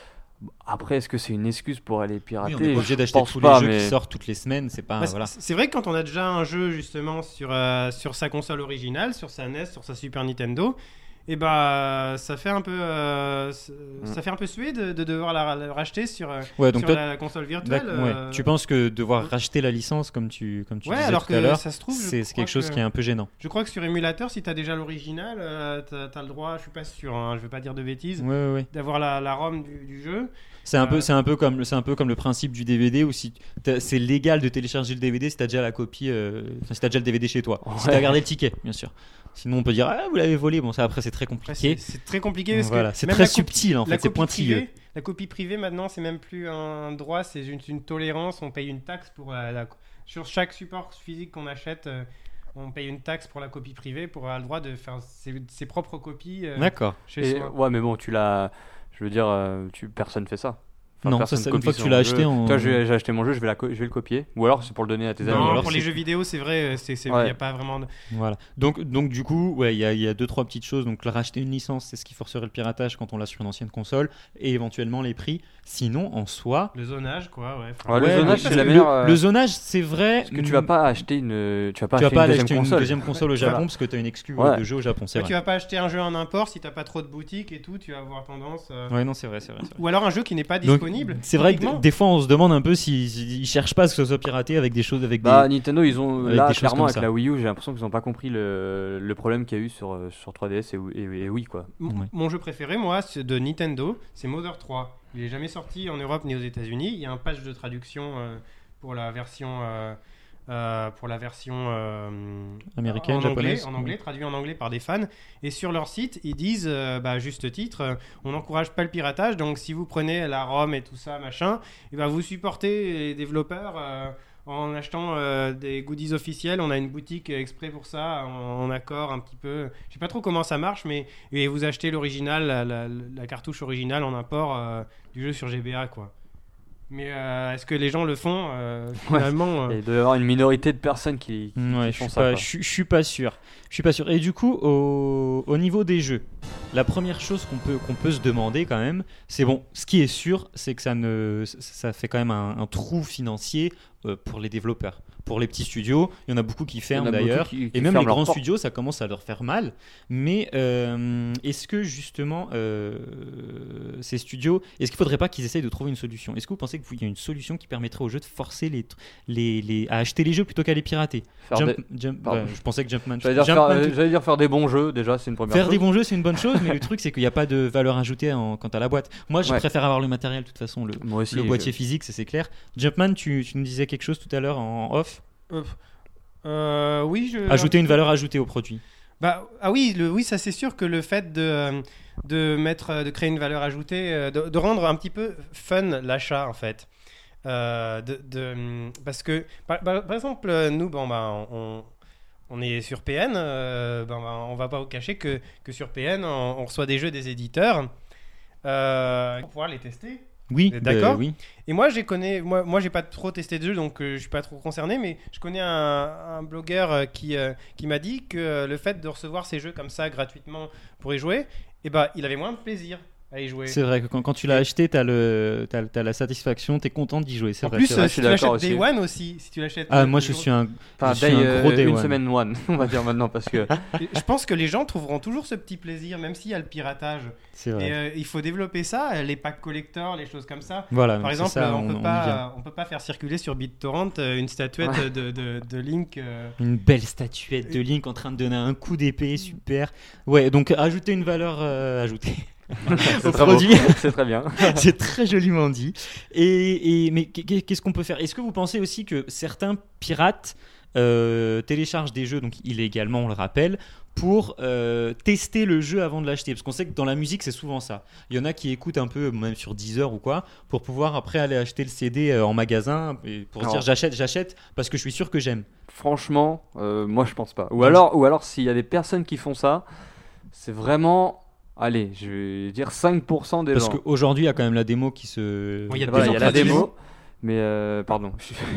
Après, est-ce que c'est une excuse pour aller Oui, pirater on n'est pas obligé Je d'acheter pense tous pas, les jeux mais- qui sortent toutes les semaines. C'est pas Bah, voilà. c'est- C'est vrai que quand on a déjà un jeu justement sur, euh, sur sa console originale, sur sa N E S, sur sa Super Nintendo, et bah ça fait un peu euh, c- ça fait un peu suer de, de devoir la, la racheter sur, euh, Ouais, donc sur toi, la, la console virtuelle. d'ac- ouais. euh, Tu penses que devoir racheter la licence comme tu comme tu Ouais, disais alors tout à que l'heure, ça se trouve, je c'est c'est crois quelque chose que- qui est un peu gênant. Je crois que sur émulateur, si t'as déjà l'original, euh, t'as t'as le droit, je suis pas sûr, hein, je vais pas dire de bêtises, Ouais, ouais, ouais. d'avoir la, la ROM du, du jeu. C'est un peu, Euh, c'est un peu comme, c'est un peu comme le principe du D V D où si t'as- c'est légal de télécharger le D V D si t'as déjà la copie, euh, enfin, si t'as déjà le D V D chez toi, si Ouais. t'as gardé le ticket, bien sûr. Sinon on peut dire ah vous l'avez volé, bon ça après c'est très Après, compliqué. c'est c'est très compliqué parce Voilà, que c'est même très la copie- subtil en la fait, c'est copie pointilleux. privée- la copie privée maintenant, c'est même plus un droit, c'est une, une tolérance. On paye une taxe pour la, la- sur chaque support physique qu'on achète. euh, on paye une taxe pour la copie privée pour avoir le droit de faire ses, ses propres copies euh, D'accord. chez Et- soi. ouais, mais bon, tu l'as. Je veux dire, euh, tu... personne fait ça. Enfin, Non, personne ça, c'est- copie une fois que son tu l'as jeu. acheté, on- Toi, j'ai j'ai acheté mon jeu, je vais, la co- je vais le copier. Ou alors, c'est pour le donner à tes amis. Non, ou alors pour les c'est- jeux vidéo, c'est vrai, c'est il Ouais. n'y a pas vraiment de... Voilà. Donc, donc du coup, ouais, il y, a- il y a deux trois petites choses. Donc, racheter une licence, c'est ce qui forcerait le piratage quand on l'a sur une ancienne console, et éventuellement les prix. Sinon, en soi, Le zonage, quoi, ouais. Ouais, le ouais, zonage, mais c'est le- la le- meilleure. euh, Le zonage, c'est vrai. Parce que tu vas pas acheter une. Tu vas pas Tu vas acheter pas une aller deuxième acheter une console. deuxième console au Japon Voilà. parce que tu as une excuse Ouais. de jeu au Japon, c'est Toi, tu vrai. vas pas acheter un jeu en import si t'as pas trop de boutiques et tout, tu vas avoir tendance... euh, Ouais, non, c'est vrai, c'est vrai. c'est vrai. Ou alors un jeu qui n'est pas Donc, disponible. c'est vrai que typiquement. d- des fois on se demande un peu s'ils si, ils cherchent pas à ce que ce soit piraté avec des choses avec Bah, des. Nintendo, ils ont. avec Là, des choses clairement, comme avec ça. la Wii U, j'ai l'impression qu'ils ont pas compris le, le problème qu'il y a eu sur, euh, sur trois D S et, et, et Wii, quoi. M- Ouais. Mon jeu préféré, moi, c'est de Nintendo, c'est Mother trois. Il est jamais sorti en Europe ni aux États-Unis. Il y a un patch de traduction euh, pour la version, euh, euh, pour la version euh, Américaine, en anglais, japonaise. en anglais, traduit en anglais par des fans. Et sur leur site, ils disent, euh, bah, à juste titre, euh, on n'encourage pas le piratage. Donc, si vous prenez la ROM et tout ça, machin, et ben vous supportez les développeurs. euh, en achetant euh, des goodies officiels, on a une boutique exprès pour ça, en, en accord un petit peu. Je sais pas trop comment ça marche, mais et vous achetez l'original, la, la- la cartouche originale en import euh, du jeu sur G B A, quoi. Mais euh, est-ce que les gens le font euh, finalement Et euh, il doit y avoir une minorité de personnes qui, qui, Ouais, qui je font suis ça. pas, quoi. je suis- je suis pas sûr. Je suis pas sûr. Et du coup, au, au niveau des jeux, la première chose qu'on peut qu'on peut se demander quand même, c'est bon. Ce qui est sûr, c'est que ça ne, ça fait quand même un, un trou financier euh, pour les développeurs, pour les petits studios. Il y en a beaucoup qui Il y en ferment a beaucoup d'ailleurs, qui- qui et même ferment les leurs grands portes. studios, ça commence à leur faire mal. Mais euh, est-ce que justement euh, ces studios, est-ce qu'il faudrait pas qu'ils essayent de trouver une solution? Est-ce que vous pensez qu'il y a une solution qui permettrait aux jeux de forcer les, les, les à acheter les jeux plutôt qu'à les pirater? Faire Jump- des- Jump- Pardon. ouais, je pensais que Jumpman. J'allais dire, Jumpman faire, tout- euh, j'allais dire faire des bons jeux, déjà, c'est une première faire chose. des bons jeux, c'est une bonne chose. mais le truc c'est qu'il n'y a pas de valeur ajoutée en, quant à la boîte. Moi, je Ouais. préfère avoir le matériel de toute façon, le, Moi aussi. le je- boîtier physique, ça c'est clair. Jumpman, tu, tu nous disais quelque chose tout à l'heure en off. Euh, euh, oui, je. Ajouter une valeur ajoutée au produit. Bah, ah oui, le, oui, ça c'est sûr que le fait de, de, mettre, de créer une valeur ajoutée, euh, de, de rendre un petit peu fun l'achat en fait. Euh, de, de- parce que, par, par- par exemple, euh, nous, bon, bah, on, on est sur P N, euh, ben, ben, on va pas vous cacher que, que sur P N, on, on reçoit des jeux des éditeurs euh, pour pouvoir les tester. Oui, Vous êtes d'accord bah, oui. Et moi, j'ai connais, moi, moi, j'ai pas trop testé de jeu, donc euh, je suis pas trop concerné, mais je connais un, un blogueur euh, qui, euh, qui m'a dit que euh, le fait de recevoir ces jeux comme ça gratuitement pour y jouer, eh ben, il avait moins de plaisir à y jouer. C'est vrai que quand, quand tu l'as acheté, t'as le, t'as, t'as la satisfaction, t'es content d'y jouer. C'est En vrai, plus, c'est euh, vrai. je si suis tu l'achètes d'accord Day aussi. One aussi, si tu l'achètes. Ah, euh, moi le je jour- suis un, Enfin, je suis day, un gros euh, day une one. semaine one, on va dire maintenant, parce que Je pense que les gens trouveront toujours ce petit plaisir, même s'il y a le piratage. C'est vrai. Et euh, il faut développer ça, euh, les packs collector, les choses comme ça. Voilà, Par donc c'est exemple, ça, on, on- peut on y vient. pas, on peut pas faire circuler sur BitTorrent euh, une statuette Ouais. de, de, de Link. euh, Une belle statuette de Link en train de donner un coup d'épée, super. Ouais, donc ajouter une valeur euh, ajoutée c'est au très produit. beau. C'est très bien. C'est très joliment dit. Et, et- mais qu'est- qu'est-ce qu'on peut faire? Est-ce que vous pensez aussi que certains pirates euh, téléchargent des jeux, donc illégalement, on le rappelle, pour euh, tester le jeu avant de l'acheter? Parce qu'on sait que dans la musique, c'est souvent ça. Il y en a qui écoutent un peu, même sur Deezer ou quoi, pour pouvoir après aller acheter le C D euh, en magasin et pour se Alors. dire j'achète, j'achète parce que je suis sûr que j'aime. Franchement, euh, moi je pense pas. Ou alors, ou alors s'il y a des personnes qui font ça, c'est vraiment, allez, je vais dire cinq pour cent des Parce gens. qu'aujourd'hui, il y a quand même la démo qui se. Bon, il y a de Voilà, plus il y en a la plus de démo, mais euh, pardon.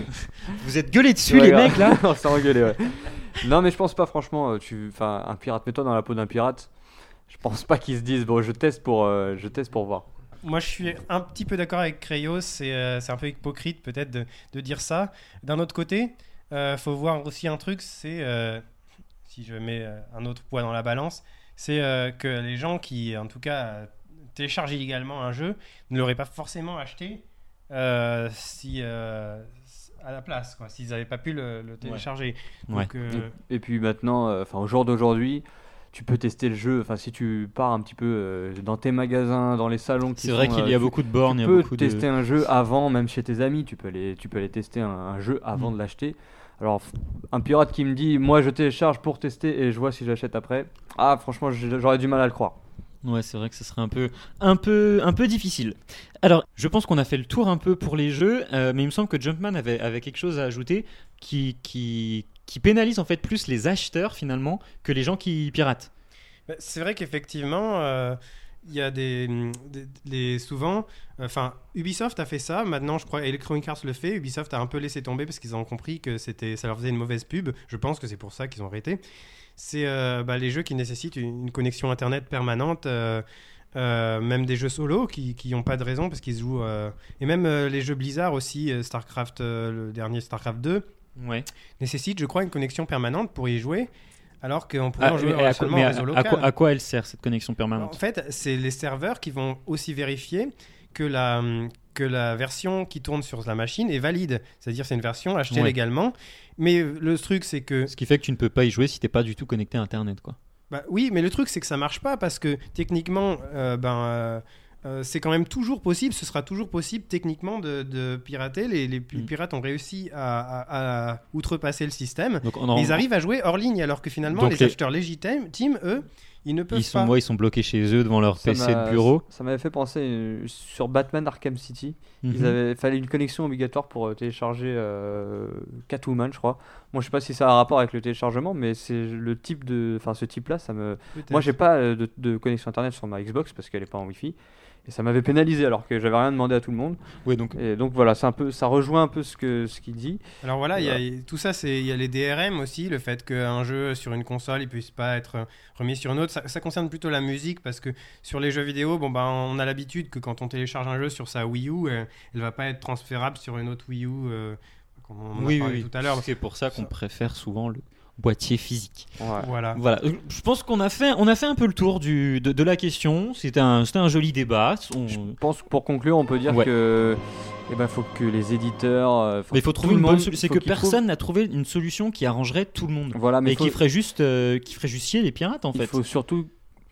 Vous êtes gueulés dessus, Ouais, les grave. mecs là. On s'est engueulé, ouais. Non, mais je pense pas, franchement. euh, Tu, enfin, un pirate, mets-toi dans la peau d'un pirate. Je pense pas qu'ils se disent, bon, je teste pour, euh, je teste pour voir. Moi, je suis un petit peu d'accord avec Crayos. C'est euh, c'est un peu hypocrite, peut-être, de, de dire ça. D'un autre côté, il faut voir aussi un truc c'est, euh, si je mets euh, un autre poids dans la balance, c'est euh, que les gens qui, en tout cas, euh, téléchargent illégalement un jeu ne l'auraient pas forcément acheté euh, si, euh, à la place, quoi, s'ils n'avaient pas pu le, le télécharger. Ouais. Donc, euh, Et puis maintenant, euh, enfin, au jour d'aujourd'hui, tu peux tester le jeu. Enfin, si tu pars un petit peu euh, dans tes magasins, dans les salons, qui C'est vrai sont, qu'il euh, y a tu- beaucoup de bornes, il y Tu a peux beaucoup tester de. un jeu avant, même chez tes amis. Tu peux aller, tu peux aller tester un, un jeu avant Mm. de l'acheter. Alors, f- un pirate qui me dit, moi je télécharge pour tester et je vois si j'achète après. Ah, franchement, j- j'aurais du mal à le croire. Ouais, c'est vrai que ce serait un peu, un peu, un peu difficile. Alors, je pense qu'on a fait le tour un peu pour les jeux, euh, mais il me semble que Jumpman avait, avait quelque chose à ajouter qui, qui, qui pénalise en fait plus les acheteurs finalement que les gens qui piratent. Bah, c'est vrai qu'effectivement, euh, il y a des, des- des- souvent, enfin, Ubisoft a fait ça. Maintenant, je crois Electronic Arts le fait. Ubisoft a un peu laissé tomber parce qu'ils ont compris que c'était, ça leur faisait une mauvaise pub. Je pense que c'est pour ça qu'ils ont arrêté. C'est euh, bah, les jeux qui nécessitent une, une connexion internet permanente. euh, euh, même des jeux solo qui n'ont pas de raison parce qu'ils se jouent. euh, et même euh, les jeux Blizzard aussi, euh, Starcraft, euh, le dernier Starcraft deux, Ouais. nécessitent, je crois, une connexion permanente pour y jouer. Alors qu'on pourrait en Ah, jouer mais à, quoi, seulement mais en à- réseau à local. quoi, à quoi elle sert cette connexion En permanente? fait, c'est les serveurs qui vont aussi vérifier que la, que la version qui tourne sur la machine est valide. C'est-à-dire c'est une version achetée Ouais. légalement. Mais le truc, c'est que... Ce qui fait que tu ne peux pas y jouer si t'es pas du tout connecté à Internet, quoi. Bah, oui, mais le truc, c'est que ça marche pas parce que techniquement, euh, ben, euh, euh, c'est quand même toujours possible, ce sera toujours possible techniquement de, de pirater. Les, les pi- Mm. pirates ont réussi à, à- à outrepasser le système. Donc, on en- Mais ils arrivent à jouer hors ligne alors que finalement, Donc les, les- acheteurs légitimes, team, eux, ils ne peuvent ils sont, pas. ouais, ils sont bloqués chez eux devant leur Ça P C de m'a- bureau. Ça m'avait fait penser euh, sur Batman Arkham City. Mhm. Il avait fallait une connexion obligatoire pour euh, télécharger euh, Catwoman, je crois. Moi, je sais pas si ça a un rapport avec le téléchargement, mais c'est le type de, enfin, ce type-là, ça me. Peut-être. Moi, j'ai pas euh, de, de connexion internet sur ma Xbox parce qu'elle est pas en Wi-Fi. Et ça m'avait pénalisé alors que j'avais rien demandé à tout le monde. Ouais, donc Et donc voilà, c'est un peu, ça rejoint un peu ce que ce qu'il dit. Alors voilà, il y a, tout ça, c'est il y a les D R M aussi, le fait qu'un jeu sur une console, il puisse pas être remis sur une autre. Ça, ça concerne plutôt la musique parce que sur les jeux vidéo, bon ben on a l'habitude que quand on télécharge un jeu sur sa Wii U, euh, elle va pas être transférable sur une autre Wii U, euh, comme on en oui, a parlé oui, tout à l'heure. c'est pour ça qu'on Ça- préfère souvent le boîtier physique. Ouais. Voilà. Voilà, Euh, je pense qu'on a fait, on a fait un peu le tour du, de, de la question. C'était un, c'était un joli débat. On- Je pense que pour conclure, on peut dire Ouais. que eh ben, faut que les éditeurs. euh, faut Mais il faut que trouver tout une le bonne monde- solution. C'est faut que qu'ils trouvent- personne n'a trouvé une solution qui arrangerait tout le monde Voilà, mais et faut- qui ferait juste, euh, qui ferait juste chier les pirates en il fait. faut surtout.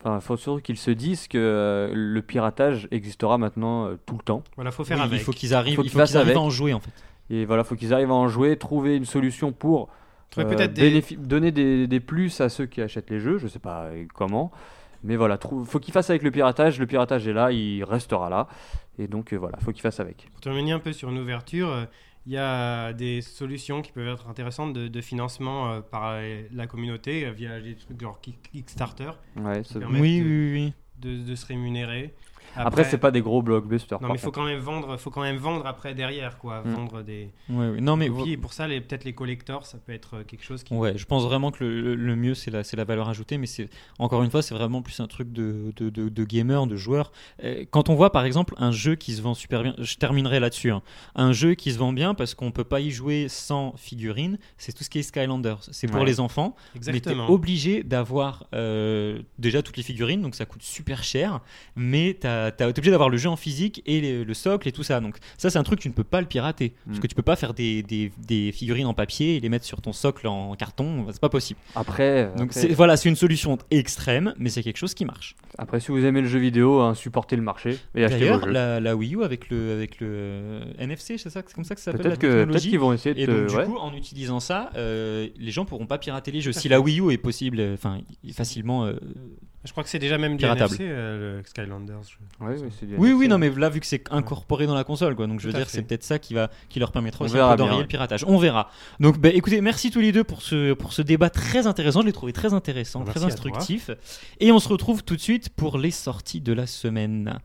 Enfin, faut surtout qu'ils se disent que euh, le piratage existera maintenant euh, tout le temps. Voilà, faut faire Oui, avec. il faut qu'ils arrivent, Faut il qu'ils faut fassent qu'ils arrivent avec. à en jouer en fait. Et voilà, faut qu'ils arrivent à en jouer, trouver une solution pour Trouver euh, peut-être des- bénéfi- donner des, des plus à ceux qui achètent les jeux. Je sais pas euh, comment, mais voilà, trou- faut qu'ils fassent avec le piratage. Le piratage est là, il restera là, et donc euh, voilà, faut qu'ils fassent avec. Pour terminer un peu sur une ouverture, euh, il y a des solutions qui peuvent être intéressantes de, de financement euh, par euh, la communauté euh, via des trucs genre Kick- Kickstarter Ouais, Qui ça- permettent Oui, de- oui, oui. de, de se rémunérer. Après, c'est pas des gros blockbusters. Non, par mais il faut contre. quand même vendre, faut quand même vendre après derrière, quoi. Mm. Vendre des. Ouais, ouais. Non mais copies. Et pour ça, les, peut-être les collectors, ça peut être euh, quelque chose qui. ouais, je pense vraiment que le, le- le mieux c'est la, c'est la valeur ajoutée, mais c'est encore une fois c'est vraiment plus un truc de, de, de, de gamer, de joueur. Euh, Quand on voit par exemple un jeu qui se vend super bien, je terminerai là-dessus, hein. Un jeu qui se vend bien parce qu'on peut pas y jouer sans figurines, c'est tout ce qui est Skylanders. C'est pour Ouais. les enfants, Exactement. mais t'es obligé d'avoir euh, déjà toutes les figurines, donc ça coûte super cher, mais t'as, t'as, t'es obligé d'avoir le jeu en physique et les- le socle et tout ça. Donc ça c'est un truc tu ne peux pas le pirater, parce Mm. que tu peux pas faire des, des, des figurines en papier et les mettre sur ton socle en carton, c'est pas possible. Après, Donc après, c'est, voilà, c'est une solution extrême, mais c'est quelque chose qui marche. après, si vous aimez le jeu vidéo, hein, supportez le marché et achetez vos D'ailleurs, jeux. la, la Wii U avec le, avec le euh, N F C, c'est, ça, c'est comme ça que ça s'appelle Peut-être la que peut-être technologie. qu'ils vont essayer de. Et donc te- du ouais. coup, en utilisant ça, euh, les gens pourront pas pirater les jeux. Si la Wii U est possible, euh, enfin facilement. euh, Je crois que c'est déjà même du Piratable. N F C, euh, le Skylanders. je- Ouais, ouais, c'est du Oui, N F C. oui, non, mais là, vu que c'est incorporé dans la console, quoi, donc je veux Tout à dire, fait. c'est peut-être ça qui va, qui leur permettra On aussi verra un peu bien, d'enrayer ouais. le piratage. On verra. Donc, bah, écoutez, merci tous les deux pour ce, pour ce débat très intéressant. Je l'ai trouvé très intéressant, Merci très à toi. instructif. Et on se retrouve tout de suite pour les sorties de la semaine.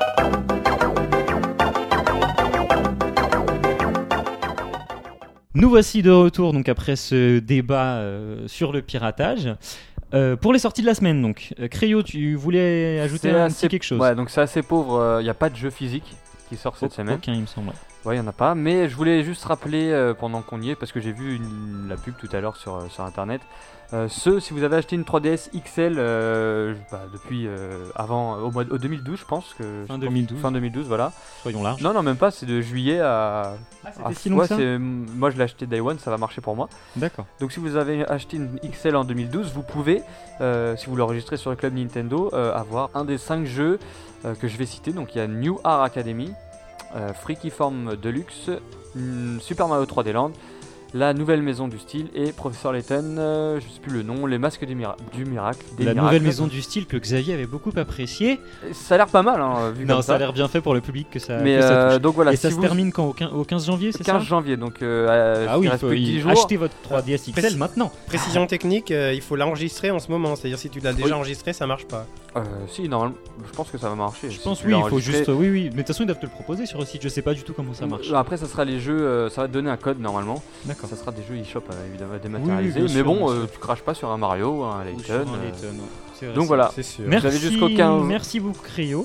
Nous voici de retour donc après ce débat euh, sur le piratage. Euh, pour les sorties de la semaine, donc, euh, Créo, tu voulais ajouter C'est un assez- petit quelque chose? Ouais, donc c'est assez pauvre. Il n'y a pas de jeu physique qui sort cette Au- semaine. Aucun, il me semble. Ouais, il n'y en a pas. Mais je voulais juste rappeler euh, pendant qu'on y est, parce que j'ai vu une- la pub tout à l'heure sur, euh, sur internet. Euh, ceux, si vous avez acheté une trois D S X L euh, bah, depuis euh, avant, au mois de, au deux mille douze, je pense que. Fin je pense- deux mille douze. Fin deux mille douze, voilà. Soyons larges. Non, non, même pas, c'est de juillet à. Ah, c'était à- si long ouais, que ça c'est- moi je l'ai acheté Day One, ça va marcher pour moi. D'accord. Donc si vous avez acheté une X L en deux mille douze, vous pouvez, euh, si vous l'enregistrez sur le club Nintendo, euh, avoir un des cinq jeux euh, que je vais citer. Donc il y a New Art Academy, euh, Freaky Form Deluxe, hmm, Super Mario trois D Land, La Nouvelle Maison du Style et Professeur Layton, euh, je sais plus le nom, Les Masques du, Mira- du Miracle. Des La miracles. nouvelle maison du style que Xavier avait beaucoup apprécié. Ça a l'air pas mal, hein, vu Non, comme ça a ça. l'air bien fait pour le public que ça, Mais que ça euh, touche. donc voilà, Et si ça se vous... termine quand, au quinze au quinze janvier, c'est quinze ça janvier, donc euh, Ah oui, il reste faut plus que dix y- jours. acheter votre trois D S X L Précis- maintenant. Précision technique, euh, il faut l'enregistrer en ce moment. C'est-à-dire si tu l'as déjà Oui. enregistré, ça marche pas. Euh, si, normalement, je pense que ça va marcher. Je Si pense tu oui, l'as il faut enregistré. juste. Oui, oui. Mais de toute façon, ils doivent te le proposer sur le site. Je sais pas du tout comment ça marche. Euh, Après, ça sera les jeux, euh, ça va te donner un code normalement. D'accord. Ça sera des jeux eShop euh, évidemment Oui, dématérialisés. bien mais sûr, bon, bien euh, sûr. tu craches pas sur un Mario, un Ou sur Layton. un euh, Layton, ouais. C'est vrai, Donc c'est- voilà. C'est sûr. Merci, Vous avez jusqu'au quinze. merci beaucoup Créo.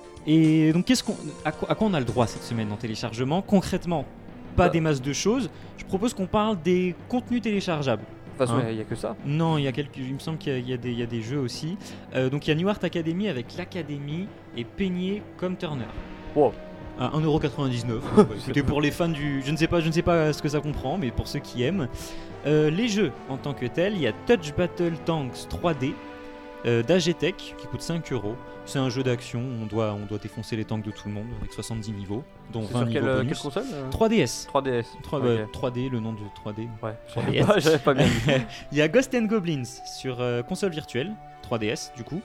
Et donc qu'est-ce qu'on, à quoi, à quoi on a le droit cette semaine en téléchargement? Concrètement, pas Bah. des masses de choses. Je propose qu'on parle des contenus téléchargeables. De toute façon, il Hein. n'y a que ça. Non, il y a quelques, il me semble qu'il y a, il y a des, il y a des jeux aussi. Euh, donc il y a New Art Academy avec l'Académie et Peigné comme Turner. Wow. À un euro quatre-vingt-dix-neuf. C'était pour les fans du. Je ne sais pas, je ne sais pas ce que ça comprend, mais pour ceux qui aiment. Euh, les jeux en tant que tels, il y a Touch Battle Tanks trois D euh, d'Agetech qui coûte cinq euros. C'est un jeu d'action, on doit, on doit défoncer les tanks de tout le monde avec soixante-dix niveaux, dont C'est vingt sur niveaux quelle, euh, bonus. quelle console euh trois D S. trois D S. trois, Ok. euh, trois D, le nom de trois D. Ouais, trois j'avais D S. pas, j'avais pas bien vu. Il y a Ghost and Goblins sur euh, console virtuelle, trois D S du coup,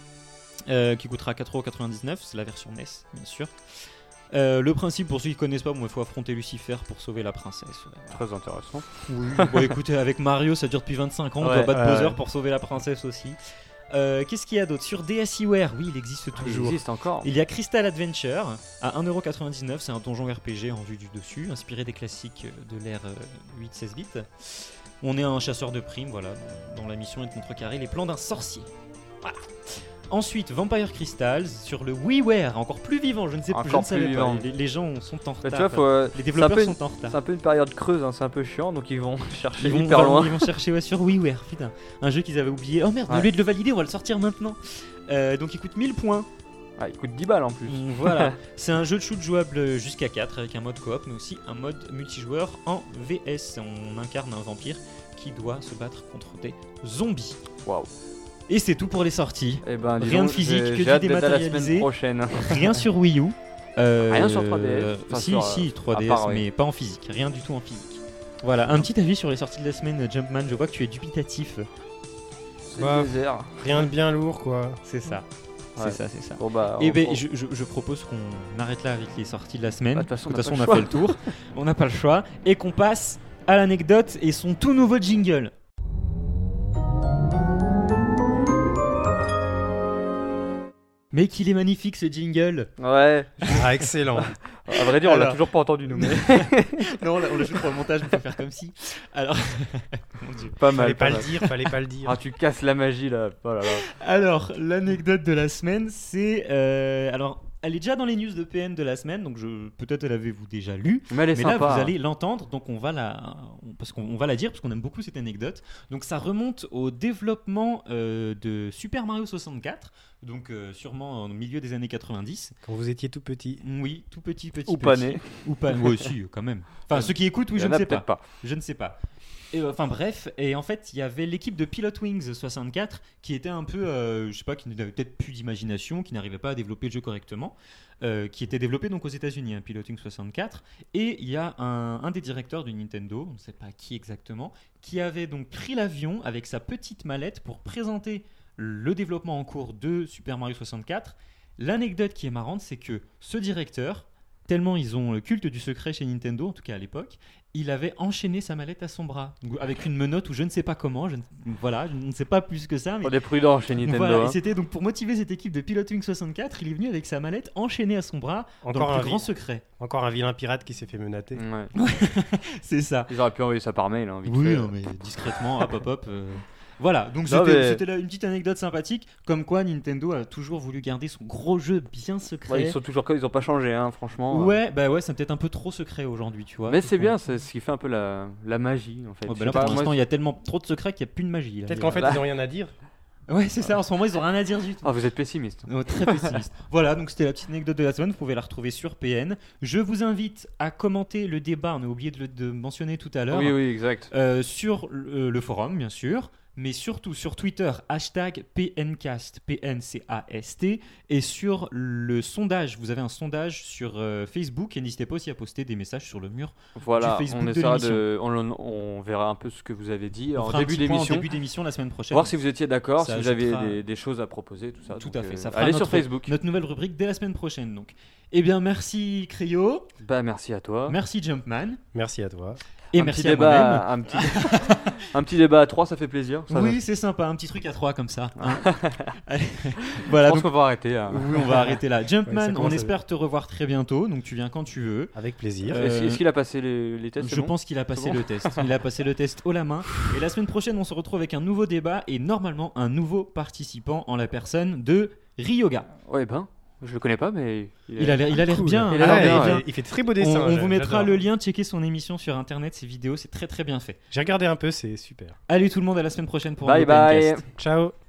euh, qui coûtera quatre euros quatre-vingt-dix-neuf, c'est la version N E S bien sûr. Euh, le principe pour ceux qui connaissent pas, bon, il faut affronter Lucifer pour sauver la princesse. Ouais. Très intéressant. Oui, bon écoutez, avec Mario ça dure depuis vingt-cinq ans, on Ouais, doit battre ouais, Bowser ouais. pour sauver la princesse aussi. Euh, Qu'est-ce qu'il y a d'autre? Sur D S iWare, oui il existe Il toujours. existe encore. Il y a Crystal Adventure à un euro quatre-vingt-dix-neuf, c'est un donjon R P G en vue du dessus, inspiré des classiques de l'ère euh, huit seize bits. On est un chasseur de primes, voilà, dont dont la mission est de contrecarrer les plans d'un sorcier. Voilà. Ensuite, Vampire Crystals sur le WiiWare, encore plus vivant, je ne sais plus, je Encore ne savais plus pas. vivant. Les, les gens sont en Bah, retard. tu vois, faut, euh, Les c'est un développeurs peu une- sont en retard. c'est un peu une période creuse, hein, c'est un peu chiant, donc ils vont chercher Ils vont, hyper vraiment- loin. ils vont chercher ouais, sur WiiWare, putain. Un jeu qu'ils avaient oublié. Oh merde, au Ouais. lieu de le valider, on va le sortir maintenant. Euh, donc il coûte mille points. Ah, il coûte dix balles en plus. Mm, Voilà, c'est un jeu de shoot jouable jusqu'à quatre avec un mode coop mais aussi un mode multijoueur en V S. On incarne un vampire qui doit se battre contre des zombies. Waouh. Et c'est tout pour les sorties. Eh ben, dis Rien donc, de physique, j'ai- que j'ai du hâte d'être à la dématérialisé. semaine prochaine. Rien sur Wii U. Euh, Rien sur trois D S, enfin, si, sur, si, euh, trois D S, à part, oui. mais pas en physique. Rien du tout en physique. Voilà, un petit avis sur les sorties de la semaine, Jumpman. Je vois que tu es dubitatif. C'est Bah, le désert. Rien de bien lourd, quoi. C'est ça. Ouais. C'est ça, c'est ça. Bon bah. Et on- ben, on- je, je- je propose qu'on arrête là avec les sorties de la semaine. Bah, de toute façon, De on toute n'a façon, pas on le a fait le tour. On n'a pas le choix. Et qu'on passe à l'anecdote et son tout nouveau jingle. Mais qu'il est magnifique ce jingle. Ouais. Ah, excellent. À vrai dire, on l'a Alors. toujours pas entendu nous, mais Non, on l'a on l'a juste pour le montage, on peut faire comme si. Alors, mon Dieu. pas Fallait mal. pas Pas le mal. dire, fallait pas le dire. Ah, tu casses la magie là. Oh là là. Alors, l'anecdote de la semaine, c'est. euh, alors, elle est déjà dans les news de P N de la semaine, donc je, peut-être l'avez-vous déjà lu. Mais elle est Mais là, sympa. vous hein. allez l'entendre, donc on va la, on- parce qu'on on va la dire, parce qu'on aime beaucoup cette anecdote. Donc, ça remonte au développement euh, de Super Mario soixante-quatre, donc euh, sûrement au milieu des années quatre-vingt-dix. Quand vous étiez tout petit. Oui, tout petit, petit, Ou petit. pas né. Ou pas. Oui, aussi, quand même. Enfin, ceux qui écoutent, oui, Il y je en ne a sais peut-être pas. pas. Je ne sais pas. Et, euh, enfin bref, et en fait, il y avait l'équipe de Pilot Wings soixante-quatre qui était un peu, euh, je sais pas, qui n'avait peut-être plus d'imagination, qui n'arrivait pas à développer le jeu correctement, euh, qui était développé donc aux États-Unis, hein, Pilot Wings soixante-quatre. Et il y a un, un des directeurs de Nintendo, on ne sait pas qui exactement, qui avait donc pris l'avion avec sa petite mallette pour présenter le développement en cours de Super Mario soixante-quatre. L'anecdote qui est marrante, c'est que ce directeur, tellement ils ont le culte du secret chez Nintendo, en tout cas à l'époque, il avait enchaîné sa mallette à son bras, avec une menotte ou je ne sais pas comment, je ne, voilà, je ne sais pas plus que ça. Mais On est prudent chez Nintendo. voilà, et hein. c'était donc pour motiver cette équipe de Pilot Wings soixante-quatre, il est venu avec sa mallette enchaînée à son bras, Encore dans le un, plus grand vi- secret. encore un vilain pirate qui s'est fait menater. Ouais. C'est ça. Ils auraient pu envoyer ça par mail. Hein, vite Oui, fait. non, mais discrètement, hop hop hop. euh, Voilà, donc Non, c'était mais- c'était là une petite anecdote sympathique, comme quoi Nintendo a toujours voulu garder son gros jeu bien secret. Ouais, ils sont toujours comme ils ont pas changé, hein, franchement. Ouais, bah ouais, c'est peut-être un peu trop secret aujourd'hui, tu vois. Mais Faut c'est qu'on- bien, c'est ce qui fait un peu la, la magie en fait. Ouais, Je bah là, sais pour pas, moi, l'instant, il y a tellement trop de secrets qu'il n'y a plus de magie. là. Peut-être Il y qu'en a- fait, Bah. ils ont rien à dire. Ouais, c'est ça, en ce moment, ils ont rien à dire du tout. Ah, vous êtes pessimiste. Oh, très pessimiste. Voilà, donc c'était la petite anecdote de la semaine. Vous pouvez la retrouver sur P N. Je vous invite à commenter le débat. On a oublié de le de mentionner tout à l'heure. Oui, oui, exact. Euh, sur le, le forum, bien sûr, mais surtout sur Twitter, hashtag P N cast, P N C A S T, et sur le sondage. Vous avez un sondage sur euh, Facebook, et n'hésitez pas aussi à poster des messages sur le mur. Voilà, Facebook on de essaiera l'émission. de, on, on verra un peu ce que vous avez dit On en fera un début petit point en d'émission. début d'émission la semaine prochaine. Voir si vous étiez d'accord, Ça si vous aviez ajoutera- des, des choses à proposer, tout ça. Tout Donc, à fait, euh, ça fera allez notre, sur Facebook. notre nouvelle rubrique dès la semaine prochaine. Donc. Eh bien, merci Cryo, Bah merci à toi. merci Jumpman, Merci à toi. et un merci petit à moi-même. débat, un petit, un petit débat à trois, ça fait plaisir. Ça Oui, va. c'est sympa, un petit truc à trois comme ça. hein. Allez, voilà, Je pense donc, qu'on va arrêter. hein. oui, on va arrêter là. Ouais, Jumpman, ça on commence à- espère te revoir très bientôt, donc tu viens quand tu veux. Avec plaisir. Euh, Est-ce est-ce qu'il a passé les, les tests c'est Je bon pense qu'il a passé bon le test. Il a passé le test haut la main. Et la semaine prochaine, on se retrouve avec un nouveau débat et normalement un nouveau participant en la personne de Ryoga. Ouais, ben, je le connais pas, mais. Il a l'air, il a l'air Cool. bien. Il a hein. l'air Ah, bien, il, ouais. fait, il fait de très beaux On, dessins. on j'a- vous mettra j'adore. le lien, checker son émission sur internet, ses vidéos, c'est très très bien fait. J'ai regardé un peu, c'est super. Allez tout le monde, à la semaine prochaine pour un Bye nouveau bye. Pencast. Ciao.